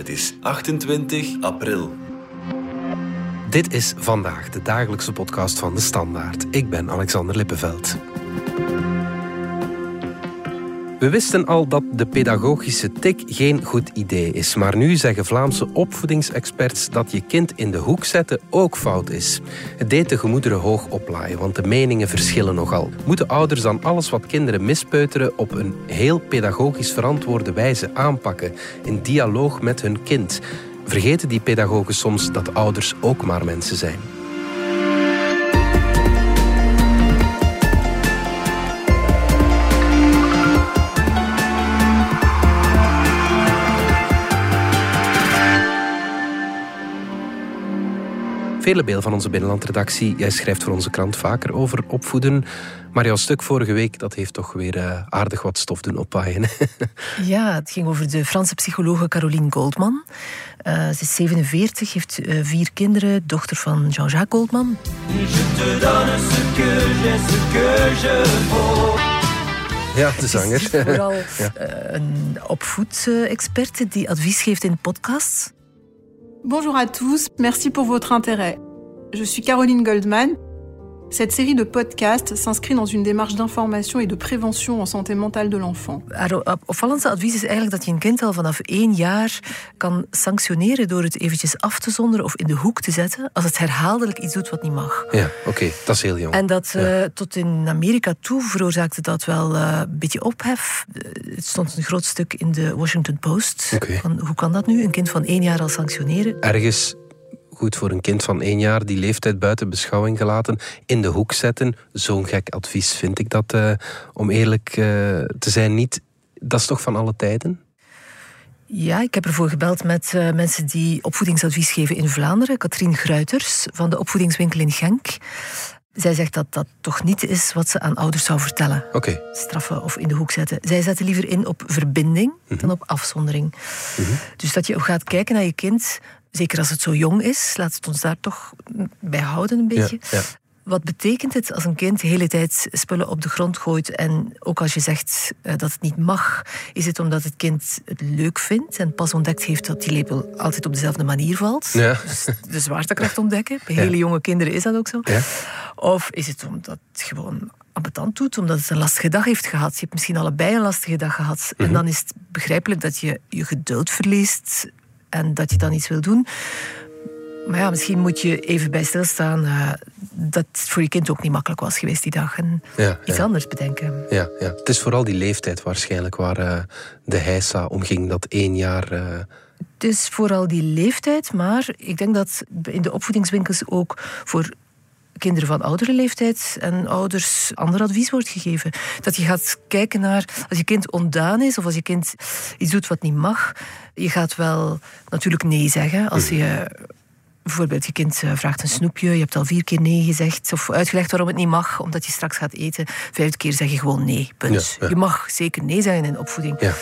Het is 28 april. Dit is Vandaag, de dagelijkse podcast van De Standaard. Ik ben Alexander Lippenveld. We wisten al dat de pedagogische tik geen goed idee is. Maar nu zeggen Vlaamse opvoedingsexperts dat je kind in de hoek zetten ook fout is. Het deed de gemoederen hoog oplaaien, want de meningen verschillen nogal. Moeten ouders dan alles wat kinderen mispeuteren op een heel pedagogisch verantwoorde wijze aanpakken, in dialoog met hun kind? Vergeten die pedagogen soms dat ouders ook maar mensen zijn? Velebeel van onze binnenlandredactie. Jij schrijft voor onze krant vaker over opvoeden. Maar jouw stuk vorige week, dat heeft toch weer aardig wat stof doen opwaaien. Ja, het ging over de Franse psychologe Caroline Goldman. Ze is 47, heeft 4 kinderen, dochter van Jean-Jacques Goldman. Ja, de zanger. Is vooral een opvoedexperte die advies geeft in podcasts. Bonjour à tous, merci pour votre intérêt. Je suis Caroline Goldman. Cette série de podcasts s'inscrit dans une démarche d'information et de prévention en santé mentale de l'enfant. Haar opvallendste advies is eigenlijk dat je een kind al vanaf 1 jaar kan sanctioneren door het eventjes af te zonderen of in de hoek te zetten als het herhaaldelijk iets doet wat niet mag. Ja, oké, dat is heel jong. En dat tot in Amerika toe veroorzaakte dat wel een beetje ophef. Het stond een groot stuk in de Washington Post. Okay. Van, hoe kan dat nu? Een kind van 1 jaar al sanctioneren? Ergens goed voor een kind van 1 jaar, die leeftijd buiten beschouwing gelaten, in de hoek zetten. Zo'n gek advies vind ik dat, om eerlijk te zijn, niet. Dat is toch van alle tijden? Ja, ik heb ervoor gebeld met mensen die opvoedingsadvies geven in Vlaanderen. Katrien Gruiters van de opvoedingswinkel in Genk. Zij zegt dat dat toch niet is wat ze aan ouders zou vertellen. Okay. Straffen of in de hoek zetten. Zij zetten liever in op verbinding dan op afzondering. Dus dat je gaat kijken naar je kind, zeker als het zo jong is, laat het ons daar toch bij houden een beetje. Ja. Wat betekent het als een kind de hele tijd spullen op de grond gooit en ook als je zegt dat het niet mag, is het omdat het kind het leuk vindt en pas ontdekt heeft dat die lepel altijd op dezelfde manier valt. Ja. Dus de zwaartekracht ontdekken. Bij hele jonge kinderen is dat ook zo. Ja. Of is het omdat het gewoon ambetant doet, omdat het een lastige dag heeft gehad. Je hebt misschien allebei een lastige dag gehad. En dan is het begrijpelijk dat je je geduld verliest en dat je dan iets wil doen. Maar ja, misschien moet je even bij stilstaan dat het voor je kind ook niet makkelijk was geweest die dag. En iets anders bedenken. Ja. Het is vooral die leeftijd waarschijnlijk waar de heisa om ging, dat 1 jaar. Het is vooral die leeftijd, maar ik denk dat in de opvoedingswinkels ook voor kinderen van oudere leeftijd en ouders ander advies wordt gegeven. Dat je gaat kijken naar, als je kind ontdaan is of als je kind iets doet wat niet mag, je gaat wel natuurlijk nee zeggen. Als je bijvoorbeeld je kind vraagt een snoepje, je hebt al 4 keer nee gezegd of uitgelegd waarom het niet mag, omdat je straks gaat eten. 5e keer zeg je gewoon nee, punt. Ja. Je mag zeker nee zeggen in opvoeding. Ja.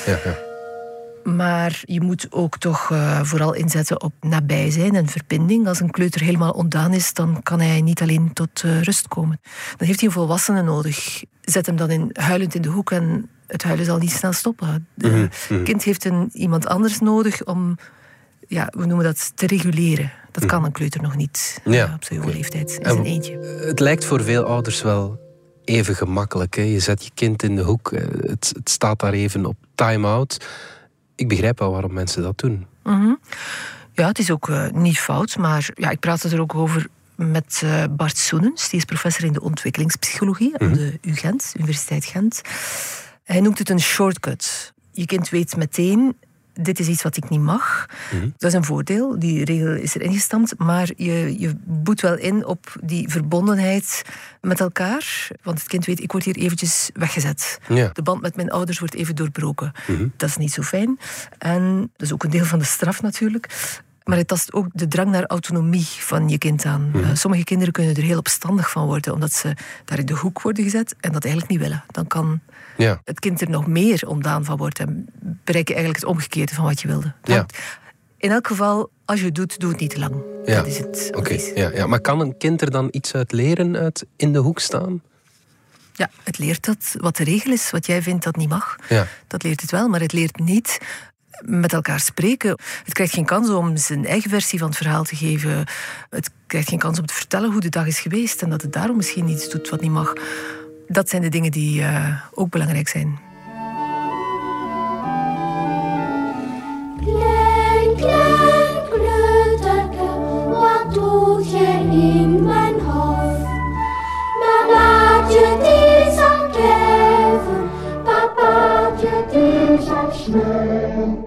Maar je moet ook toch vooral inzetten op nabij zijn en verbinding. Als een kleuter helemaal ontdaan is, dan kan hij niet alleen tot rust komen. Dan heeft hij een volwassene nodig. Zet hem dan huilend in de hoek en het huilen zal niet snel stoppen. Het kind heeft iemand anders nodig om, we noemen dat, te reguleren. Dat kan een kleuter nog niet op zijn jonge leeftijd, in zijn eentje. Het lijkt voor veel ouders wel even gemakkelijk. Hè? Je zet je kind in de hoek, het staat daar even op time-out. Ik begrijp wel waarom mensen dat doen. Ja, het is ook niet fout, maar ik praatte er ook over met Bart Soenens. Die is professor in de ontwikkelingspsychologie aan de UGent, Universiteit Gent. Hij noemt het een shortcut. Je kind weet meteen, dit is iets wat ik niet mag. Dat is een voordeel, die regel is er ingestampt, maar je boet wel in op die verbondenheid met elkaar. Want het kind weet, ik word hier eventjes weggezet. Ja. De band met mijn ouders wordt even doorbroken. Dat is niet zo fijn. En dat is ook een deel van de straf natuurlijk. Maar het tast ook de drang naar autonomie van je kind aan. Sommige kinderen kunnen er heel opstandig van worden, omdat ze daar in de hoek worden gezet en dat eigenlijk niet willen. Dan kan het kind er nog meer ontdaan van worden en bereik je eigenlijk het omgekeerde van wat je wilde. In elk geval, als je het doet, doe het niet te lang. Dat is het advies. Maar kan een kind er dan iets uit leren, uit in de hoek staan? Ja, het leert dat wat de regel is, wat jij vindt dat niet mag. Ja. Dat leert het wel, maar het leert niet met elkaar spreken. Het krijgt geen kans om zijn eigen versie van het verhaal te geven. Het krijgt geen kans om te vertellen hoe de dag is geweest en dat het daarom misschien iets doet wat niet mag. Dat zijn de dingen die ook belangrijk zijn. Klein, klein kleuterke, wat doe je in mijn hoofd? Mamaatje die zal kijven, papaatje die zal snel.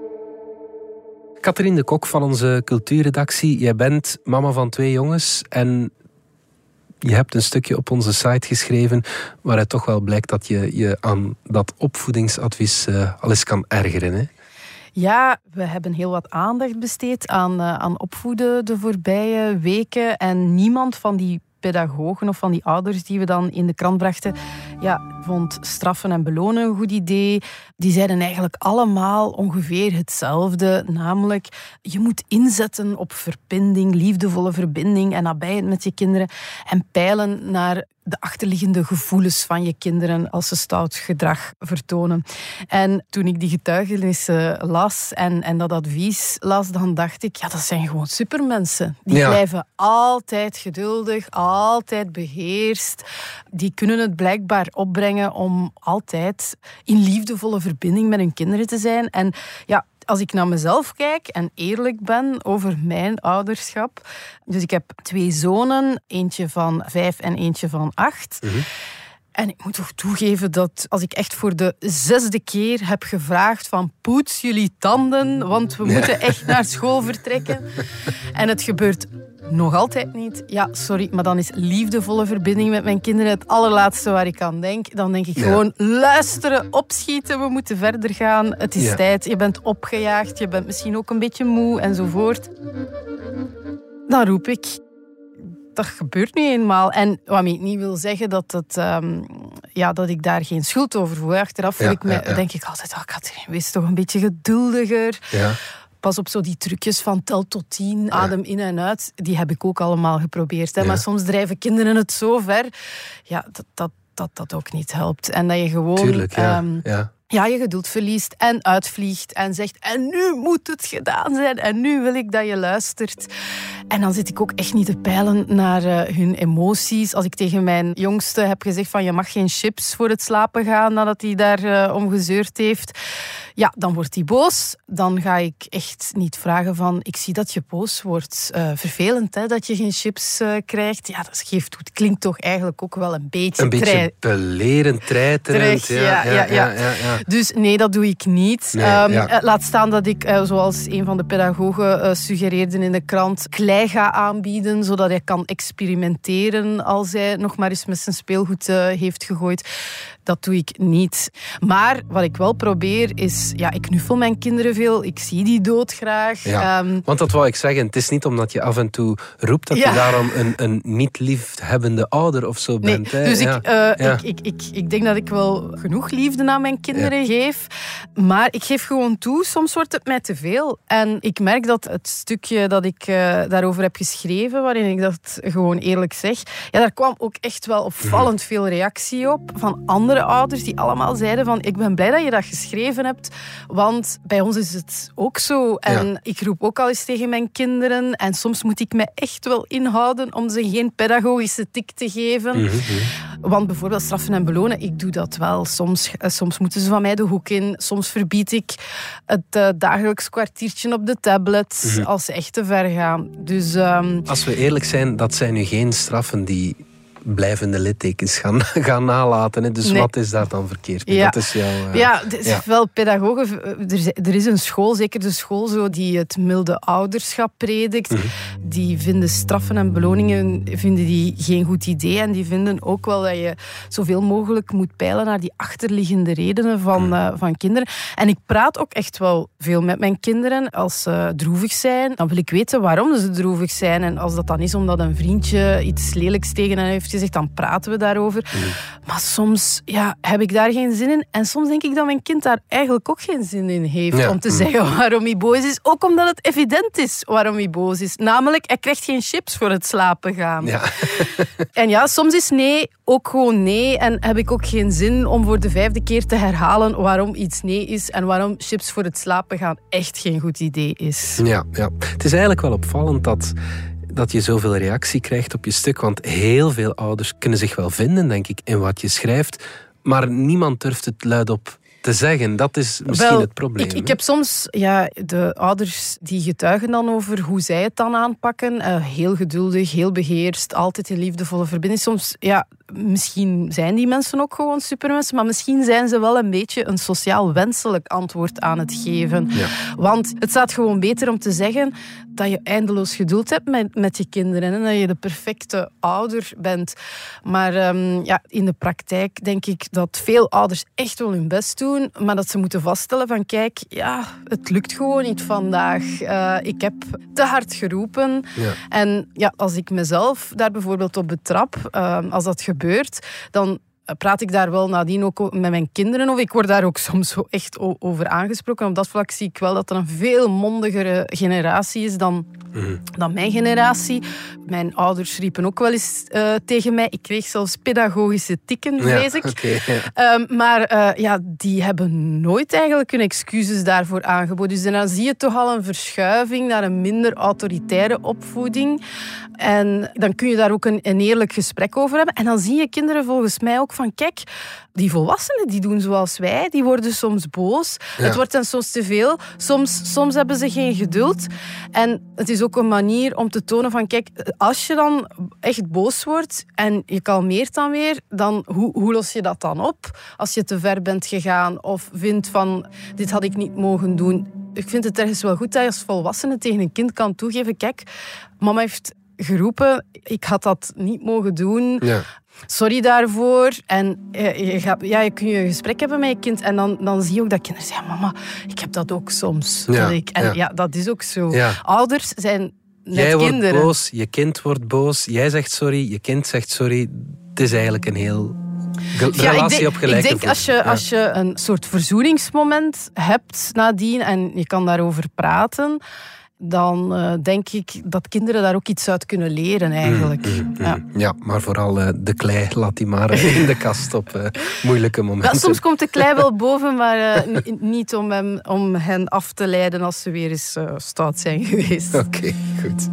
Catherine de Kok van onze cultuurredactie. Jij bent mama van 2 jongens en je hebt een stukje op onze site geschreven waaruit toch wel blijkt dat je aan dat opvoedingsadvies al eens kan ergeren, hè? Ja, we hebben heel wat aandacht besteed aan opvoeden de voorbije weken. En niemand van die pedagogen of van die ouders die we dan in de krant brachten, vond straffen en belonen een goed idee. Die zeiden eigenlijk allemaal ongeveer hetzelfde. Namelijk, je moet inzetten op verbinding, liefdevolle verbinding en nabijheid met je kinderen. En peilen naar de achterliggende gevoelens van je kinderen als ze stout gedrag vertonen. En toen ik die getuigenissen las en dat advies las, dan dacht ik, dat zijn gewoon supermensen. Die blijven altijd geduldig, altijd beheerst. Die kunnen het blijkbaar opbrengen om altijd in liefdevolle verbinding met hun kinderen te zijn. En als ik naar mezelf kijk en eerlijk ben over mijn ouderschap. Dus ik heb 2 zonen, eentje van 5 en eentje van 8. Mm-hmm. En ik moet toch toegeven dat als ik echt voor de 6e keer heb gevraagd van poets jullie tanden, want we moeten echt naar school vertrekken. En het gebeurt nog altijd niet. Ja, sorry, maar dan is liefdevolle verbinding met mijn kinderen het allerlaatste waar ik aan denk. Dan denk ik gewoon luisteren, opschieten, we moeten verder gaan. Het is tijd, je bent opgejaagd, je bent misschien ook een beetje moe enzovoort. Dan roep ik. Dat gebeurt nu eenmaal. En waarmee ik niet wil zeggen dat ik daar geen schuld over voel. Achteraf denk ik altijd, Catherine, wees toch een beetje geduldiger. Ja. Pas op, zo die trucjes van tel tot 10, adem in en uit, die heb ik ook allemaal geprobeerd. Hè. Ja. Maar soms drijven kinderen het zo ver dat ook niet helpt. En dat je gewoon... Tuurlijk, je geduld verliest en uitvliegt en zegt en nu moet het gedaan zijn en nu wil ik dat je luistert. En dan zit ik ook echt niet te peilen naar hun emoties. Als ik tegen mijn jongste heb gezegd van je mag geen chips voor het slapen gaan nadat hij daar om gezeurd heeft, dan wordt hij boos. Dan ga ik echt niet vragen van ik zie dat je boos wordt. Vervelend hè, dat je geen chips krijgt. Ja, dat geeft toe. Het klinkt toch eigenlijk ook wel een beetje... Een beetje belerend, treiterend. Ja. Dus nee, dat doe ik niet. Laat staan dat ik, zoals een van de pedagogen suggereerde in de krant, klei ga aanbieden, zodat hij kan experimenteren als hij nog maar eens met zijn speelgoed heeft gegooid. Dat doe ik niet. Maar wat ik wel probeer is... ik knuffel mijn kinderen veel. Ik zie die doodgraag. Ja, want dat wou ik zeggen. Het is niet omdat je af en toe roept dat je daarom een niet liefhebbende ouder of zo bent. Nee, hè? Dus ik denk dat ik wel genoeg liefde aan mijn kinderen geef. Maar ik geef gewoon toe, soms wordt het mij te veel. En ik merk dat het stukje dat ik daarover heb geschreven, waarin ik dat gewoon eerlijk zeg, daar kwam ook echt wel opvallend veel reactie op van andere ouders die allemaal zeiden van ik ben blij dat je dat geschreven hebt, want bij ons is het ook zo. En ik roep ook al eens tegen mijn kinderen en soms moet ik me echt wel inhouden om ze geen pedagogische tik te geven. Mm-hmm. Want bijvoorbeeld straffen en belonen, ik doe dat wel. Soms moeten ze van mij de hoek in. Soms verbied ik het dagelijks kwartiertje op de tablet als ze echt te ver gaan. Dus, als we eerlijk zijn, dat zijn nu geen straffen die blijvende littekens gaan nalaten. Hè? Dus wat is daar dan verkeerd mee? Dat is jouw... wel pedagogen. Er is een school, zeker de school zo, die het milde ouderschap predikt. Mm-hmm. Die vinden straffen en beloningen geen goed idee. En die vinden ook wel dat je zoveel mogelijk moet peilen naar die achterliggende redenen van kinderen. En ik praat ook echt wel veel met mijn kinderen. Als ze droevig zijn, dan wil ik weten waarom ze droevig zijn. En als dat dan is omdat een vriendje iets lelijks tegen hen heeft gezegd, dan praten we daarover. Maar soms heb ik daar geen zin in. En soms denk ik dat mijn kind daar eigenlijk ook geen zin in heeft om te zeggen waarom hij boos is. Ook omdat het evident is waarom hij boos is. Namelijk, hij krijgt geen chips voor het slapen gaan. Ja. En soms is nee ook gewoon nee. En heb ik ook geen zin om voor de 5e keer te herhalen waarom iets nee is en waarom chips voor het slapen gaan echt geen goed idee is. Ja. Het is eigenlijk wel opvallend dat je zoveel reactie krijgt op je stuk, want heel veel ouders kunnen zich wel vinden, denk ik, in wat je schrijft, maar niemand durft het luidop te zeggen. Dat is misschien het probleem. Ik heb soms de ouders die getuigen dan over hoe zij het dan aanpakken. Heel geduldig, heel beheerst, altijd in liefdevolle verbinding. Soms, misschien zijn die mensen ook gewoon supermensen, maar misschien zijn ze wel een beetje een sociaal wenselijk antwoord aan het geven. Ja. Want het staat gewoon beter om te zeggen dat je eindeloos geduld hebt met je kinderen en dat je de perfecte ouder bent. Maar in de praktijk denk ik dat veel ouders echt wel hun best doen, maar dat ze moeten vaststellen van kijk, het lukt gewoon niet vandaag. Ik heb te hard geroepen. Ja. En als ik mezelf daar bijvoorbeeld op betrap, als dat gebeurt, dan praat ik daar wel nadien ook met mijn kinderen over. Ik word daar ook soms echt over aangesproken. Op dat vlak zie ik wel dat er een veel mondigere generatie is dan mijn generatie. Mijn ouders riepen ook wel eens tegen mij. Ik kreeg zelfs pedagogische tikken, vrees ik. Okay, maar die hebben nooit eigenlijk hun excuses daarvoor aangeboden. Dus dan zie je toch al een verschuiving naar een minder autoritaire opvoeding. En dan kun je daar ook een eerlijk gesprek over hebben. En dan zie je kinderen volgens mij ook van kijk, die volwassenen die doen zoals wij, die worden soms boos. Ja. Het wordt dan soms te veel. Soms hebben ze geen geduld. En het is ook een manier om te tonen van kijk, als je dan echt boos wordt en je kalmeert dan weer, dan hoe los je dat dan op? Als je te ver bent gegaan of vindt van dit had ik niet mogen doen. Ik vind het ergens wel goed dat je als volwassene tegen een kind kan toegeven, kijk, mama heeft geroepen, ik had dat niet mogen doen. Ja. Sorry daarvoor. En je kunt je gesprek hebben met je kind en dan zie je ook dat kinderen zeggen, mama, ik heb dat ook soms. Dat is ook zo. Ja. Ouders zijn net jij kinderen. Jij wordt boos, je kind wordt boos, jij zegt sorry, je kind zegt sorry. Het is eigenlijk een heel relatie op gelijke voet. Ik denk als je een soort verzoeningsmoment hebt nadien en je kan daarover praten, dan denk ik dat kinderen daar ook iets uit kunnen leren eigenlijk. Ja, maar vooral de klei, laat die maar in de kast op moeilijke momenten. Ja, soms komt de klei wel boven, maar niet om hen af te leiden als ze weer eens stout zijn geweest. Oké, goed.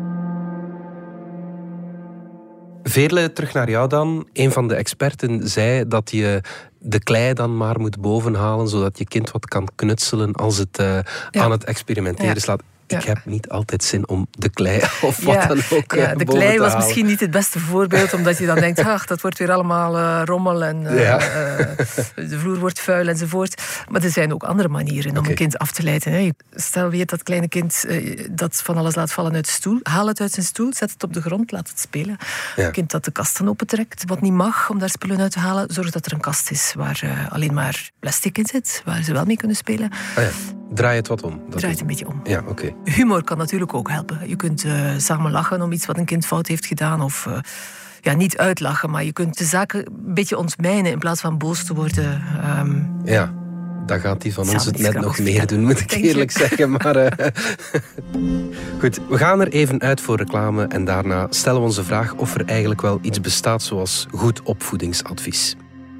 Veerle, terug naar jou dan. Een van de experten zei dat je de klei dan maar moet bovenhalen, zodat je kind wat kan knutselen als het aan het experimenteren slaat. Ik heb niet altijd zin om de klei of wat dan ook de klei was misschien niet het beste voorbeeld, omdat je dan denkt, ach, dat wordt weer allemaal rommel en de vloer wordt vuil enzovoort. Maar er zijn ook andere manieren om een kind af te leiden. Hè. Stel weer dat kleine kind dat van alles laat vallen uit de stoel. Haal het uit zijn stoel, zet het op de grond, laat het spelen. Ja. Een kind dat de kasten opentrekt, wat niet mag om daar spullen uit te halen, zorg dat er een kast is waar alleen maar plastic in zit, waar ze wel mee kunnen spelen. Oh ja. Draai het wat om. Draai het een beetje om. Ja, oké. Humor kan natuurlijk ook helpen. Je kunt samen lachen om iets wat een kind fout heeft gedaan. Of niet uitlachen, maar je kunt de zaken een beetje ontmijnen in plaats van boos te worden. Ja, dan gaat die van ons het net nog meer doen, moet ik eerlijk zeggen. Maar goed, we gaan er even uit voor reclame en daarna stellen we onze vraag of er eigenlijk wel iets bestaat zoals goed opvoedingsadvies.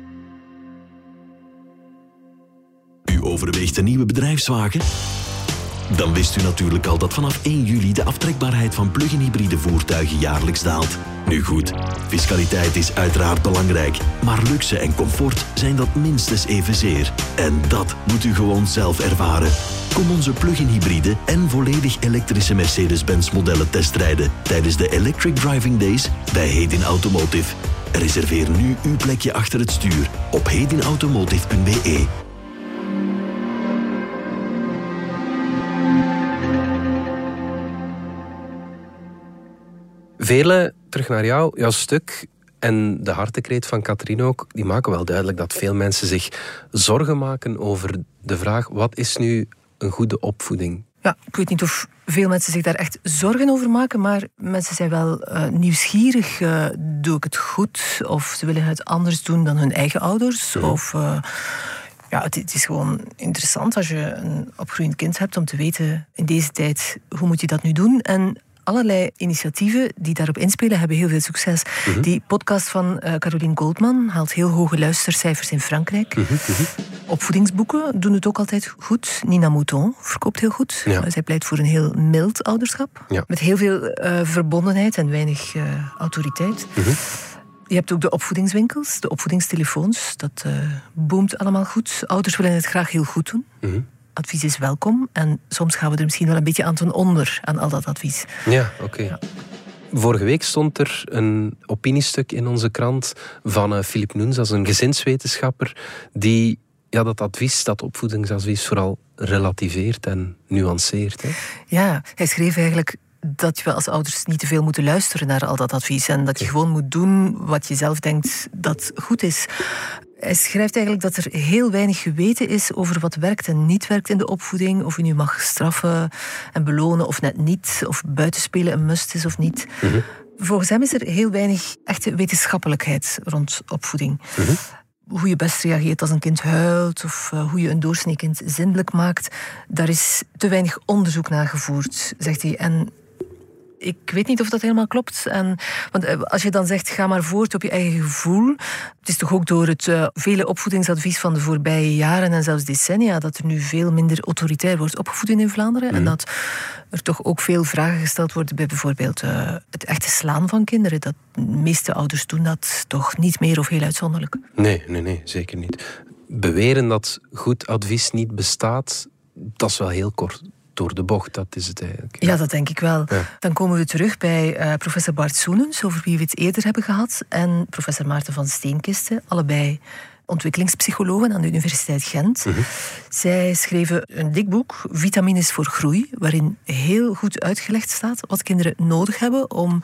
U overweegt een nieuwe bedrijfswagen? Dan wist u natuurlijk al dat vanaf 1 juli de aftrekbaarheid van plug-in hybride voertuigen jaarlijks daalt. Nu goed, fiscaliteit is uiteraard belangrijk, maar luxe en comfort zijn dat minstens evenzeer. En dat moet u gewoon zelf ervaren. Kom onze plug-in hybride en volledig elektrische Mercedes-Benz modellen testrijden tijdens de Electric Driving Days bij Hedin Automotive. Reserveer nu uw plekje achter het stuur op hedinautomotive.be. Veerle, terug naar jou. Jouw stuk en de hartekreet van Katrien ook, die maken wel duidelijk dat veel mensen zich zorgen maken over de vraag, wat is nu een goede opvoeding? Ja, ik weet niet of veel mensen zich daar echt zorgen over maken, maar mensen zijn wel nieuwsgierig. Doe ik het goed? Of ze willen het anders doen dan hun eigen ouders? Of... het is gewoon interessant als je een opgroeiend kind hebt om te weten in deze tijd, hoe moet je dat nu doen? En allerlei initiatieven die daarop inspelen hebben heel veel succes. Die podcast van Caroline Goldman haalt heel hoge luistercijfers in Frankrijk. Opvoedingsboeken doen het ook altijd goed. Nina Mouton verkoopt heel goed. Ja. Zij pleit voor een heel mild ouderschap. Ja. Met heel veel verbondenheid en weinig autoriteit. Je hebt ook de opvoedingswinkels, de opvoedingstelefoons. Dat boomt allemaal goed. Ouders willen het graag heel goed doen. Advies is welkom. En soms gaan we er misschien wel een beetje aan ten onder aan al dat advies. Ja, oké. Ja. Vorige week stond er een opiniestuk in onze krant van Philippe Noens, dat is een gezinswetenschapper, die dat advies, dat opvoedingsadvies, vooral relativeert en nuanceert. Hè? Ja, hij schreef eigenlijk dat we als ouders niet te veel moeten luisteren naar al dat advies en dat je gewoon moet doen wat je zelf denkt dat goed is. Hij schrijft eigenlijk dat er heel weinig geweten is over wat werkt en niet werkt in de opvoeding. Of je nu mag straffen en belonen of net niet. Of buitenspelen een must is of niet. Volgens hem is er heel weinig echte wetenschappelijkheid rond opvoeding. Hoe je best reageert als een kind huilt of hoe je een doorsnee kind zindelijk maakt. Daar is te weinig onderzoek naar gevoerd, zegt hij. En ik weet niet of dat helemaal klopt. Want als je dan zegt, ga maar voort op je eigen gevoel. Het is toch ook door het vele opvoedingsadvies van de voorbije jaren en zelfs decennia dat er nu veel minder autoritair wordt opgevoed in Vlaanderen. En dat er toch ook veel vragen gesteld worden bij bijvoorbeeld het echte slaan van kinderen. Dat de meeste ouders doen dat toch niet meer of heel uitzonderlijk. Nee, zeker niet. Beweren dat goed advies niet bestaat, dat is wel heel kort door de bocht, dat is het eigenlijk. Ja, dat denk ik wel. Ja. Dan komen we terug bij professor Bart Soenens, over wie we het eerder hebben gehad, en professor Maarten van Steenkisten, allebei ontwikkelingspsychologen aan de Universiteit Gent. Zij schreven een dik boek, Vitamines voor groei, waarin heel goed uitgelegd staat wat kinderen nodig hebben om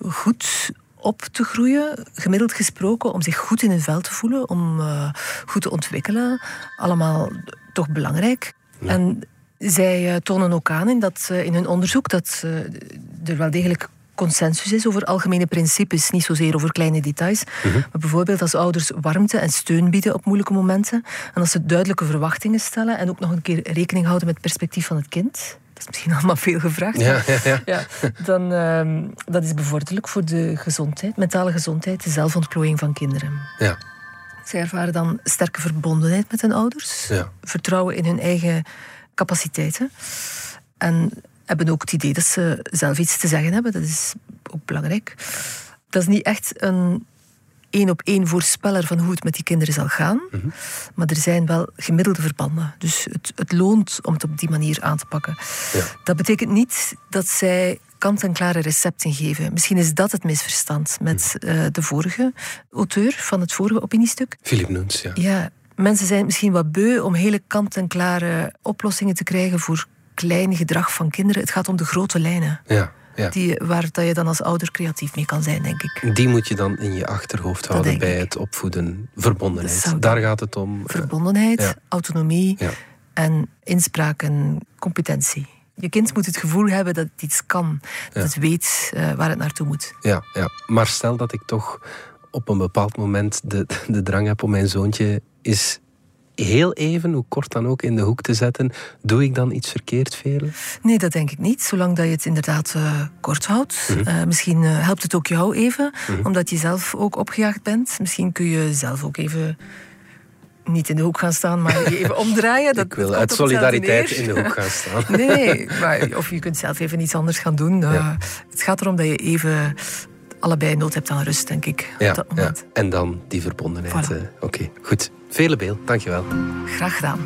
goed op te groeien, gemiddeld gesproken, om zich goed in hun vel te voelen, om goed te ontwikkelen. Allemaal toch belangrijk. Ja. En zij tonen ook aan in hun onderzoek dat er wel degelijk consensus is over algemene principes, niet zozeer over kleine details. Maar bijvoorbeeld als ouders warmte en steun bieden op moeilijke momenten en als ze duidelijke verwachtingen stellen en ook nog een keer rekening houden met het perspectief van het kind. Dat is misschien allemaal veel gevraagd. Ja, dan dat is bevorderlijk voor de gezondheid, mentale gezondheid, de zelfontplooiing van kinderen. Ja. Zij ervaren dan sterke verbondenheid met hun ouders, vertrouwen in hun eigen capaciteiten en hebben ook het idee dat ze zelf iets te zeggen hebben. Dat is ook belangrijk. Dat is niet echt een 1-op-1 voorspeller van hoe het met die kinderen zal gaan. Maar er zijn wel gemiddelde verbanden. Dus het loont om het op die manier aan te pakken. Ja. Dat betekent niet dat zij kant-en-klare recepten geven. Misschien is dat het misverstand met de vorige auteur van het vorige opiniestuk. Philippe Noens, Ja, mensen zijn misschien wat beu om hele kant-en-klare oplossingen te krijgen voor klein gedrag van kinderen. Het gaat om de grote lijnen. Ja. Waar dat je dan als ouder creatief mee kan zijn, denk ik. Die moet je dan in je achterhoofd houden bij het opvoeden. Verbondenheid. Daar gaat het om. Verbondenheid, autonomie en inspraak en competentie. Je kind moet het gevoel hebben dat het iets kan. Dat het weet waar het naartoe moet. Ja. Maar stel dat ik toch op een bepaald moment de drang heb om mijn zoontje is heel even, hoe kort dan ook, in de hoek te zetten. Doe ik dan iets verkeerd, Veerle? Nee, dat denk ik niet. Zolang dat je het inderdaad kort houdt. Misschien helpt het ook jou even, omdat je zelf ook opgejaagd bent. Misschien kun je zelf ook even niet in de hoek gaan staan, maar je even omdraaien. Ik wil uit solidariteit in de hoek gaan staan. Nee, maar of je kunt zelf even iets anders gaan doen. Het gaat erom dat je even allebei nood hebt aan rust, denk ik. Op dat moment. Ja. En dan die verbondenheid. Voilà. Oké, goed. Veerle Beel, dankjewel. Graag gedaan.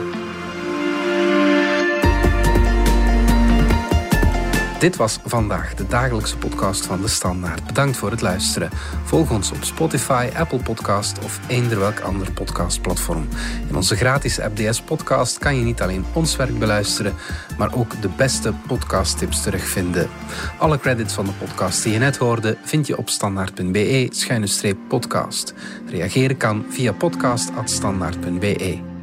Dit was Vandaag, de dagelijkse podcast van De Standaard. Bedankt voor het luisteren. Volg ons op Spotify, Apple Podcast of eender welk ander podcastplatform. In onze gratis app DS Podcast kan je niet alleen ons werk beluisteren, maar ook de beste podcasttips terugvinden. Alle credits van de podcast die je net hoorde vind je op standaard.be/podcast. Reageren kan via podcast@standaard.be.